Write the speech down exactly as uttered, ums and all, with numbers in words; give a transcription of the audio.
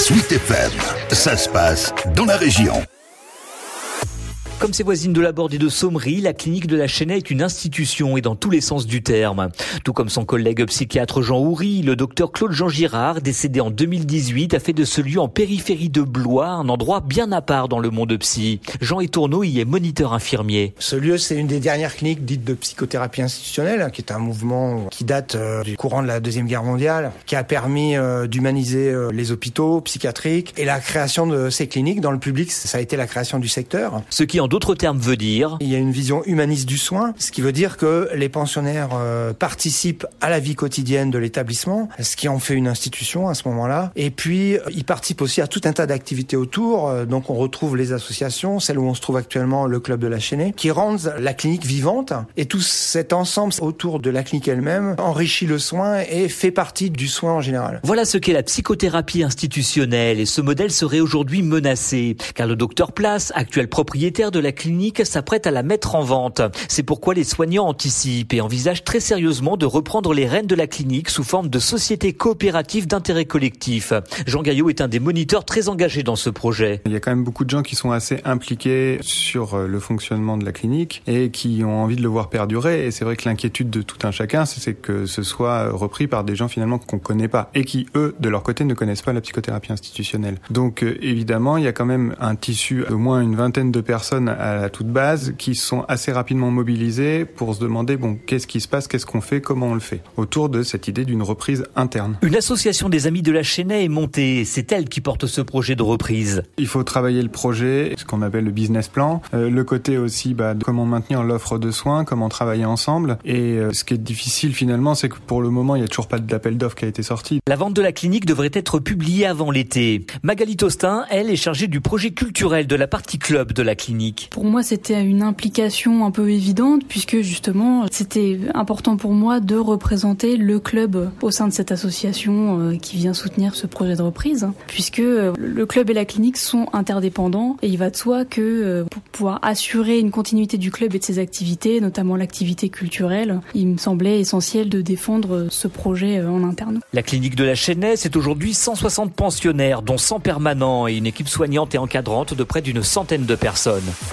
Sweet F M, ça se passe dans la région. Comme ses voisines de la Borde et de Saumery, la clinique de la Chênaie est une institution et dans tous les sens du terme. Tout comme son collègue psychiatre Jean Houry, le docteur Claude-Jean Girard, décédé en deux mille dix-huit, a fait de ce lieu en périphérie de Blois un endroit bien à part dans le monde psy. Jean Etourneau y est moniteur infirmier. Ce lieu, c'est une des dernières cliniques dites de psychothérapie institutionnelle, qui est un mouvement qui date euh, du courant de la Deuxième Guerre mondiale, qui a permis euh, d'humaniser euh, les hôpitaux psychiatriques. Et la création de ces cliniques dans le public, ça a été la création du secteur. Ce qui, en d'autres termes, veut dire... Il y a une vision humaniste du soin, ce qui veut dire que les pensionnaires euh, participent à la vie quotidienne de l'établissement, ce qui en fait une institution à ce moment-là. Et puis, ils participent aussi à tout un tas d'activités autour. Euh, donc, on retrouve les associations, celle où on se trouve actuellement, le Club de la Chênaie, qui rendent la clinique vivante. Et tout cet ensemble autour de la clinique elle-même enrichit le soin et fait partie du soin en général. Voilà ce qu'est la psychothérapie institutionnelle. Et ce modèle serait aujourd'hui menacé, car le docteur Place, actuel propriétaire de la clinique, s'apprête à la mettre en vente. C'est pourquoi les soignants anticipent et envisagent très sérieusement de reprendre les rênes de la clinique sous forme de société coopérative d'intérêt collectif. Jean Gaillot est un des moniteurs très engagés dans ce projet. Il y a quand même beaucoup de gens qui sont assez impliqués sur le fonctionnement de la clinique et qui ont envie de le voir perdurer. Et c'est vrai que l'inquiétude de tout un chacun, c'est que ce soit repris par des gens finalement qu'on connaît pas et qui, eux, de leur côté, ne connaissent pas la psychothérapie institutionnelle. Donc, évidemment, il y a quand même un tissu d'au moins une vingtaine de personnes à la toute base qui sont assez rapidement mobilisés pour se demander bon qu'est-ce qui se passe, qu'est-ce qu'on fait, comment on le fait autour de cette idée d'une reprise interne. Une association des amis de la Chênaie est montée, c'est elle qui porte ce projet de reprise. Il faut travailler le projet, ce qu'on appelle le business plan, euh, le côté aussi bah, de comment maintenir l'offre de soins, comment travailler ensemble et euh, ce qui est difficile finalement c'est que pour le moment il n'y a toujours pas d'appel d'offres qui a été sorti. La vente de la clinique devrait être publiée avant l'été. Magali Tostin, elle, est chargée du projet culturel de la partie club de la clinique. Pour moi, c'était une implication un peu évidente puisque justement, c'était important pour moi de représenter le club au sein de cette association qui vient soutenir ce projet de reprise, puisque le club et la clinique sont interdépendants et il va de soi que pour pouvoir assurer une continuité du club et de ses activités, notamment l'activité culturelle, il me semblait essentiel de défendre ce projet en interne. La clinique de la Chênaie, c'est aujourd'hui cent soixante pensionnaires, dont cent permanents et une équipe soignante et encadrante de près d'une centaine de personnes.